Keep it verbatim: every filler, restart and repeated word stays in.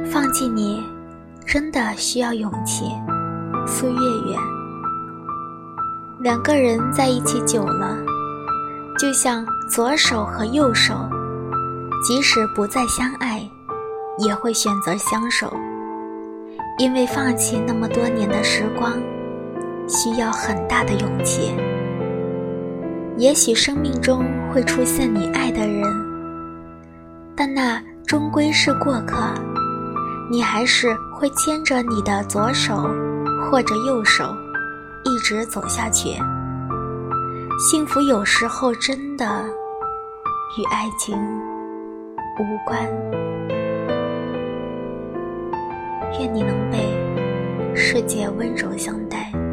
放弃你真的需要勇气。苏月月。两个人在一起久了，就像左手和右手，即使不再相爱，也会选择相守。因为放弃那么多年的时光，需要很大的勇气。也许生命中会出现你爱的人，但那终归是过客，你还是会牵着你的左手或者右手一直走下去。幸福有时候真的与爱情无关。愿你能被世界温柔相待。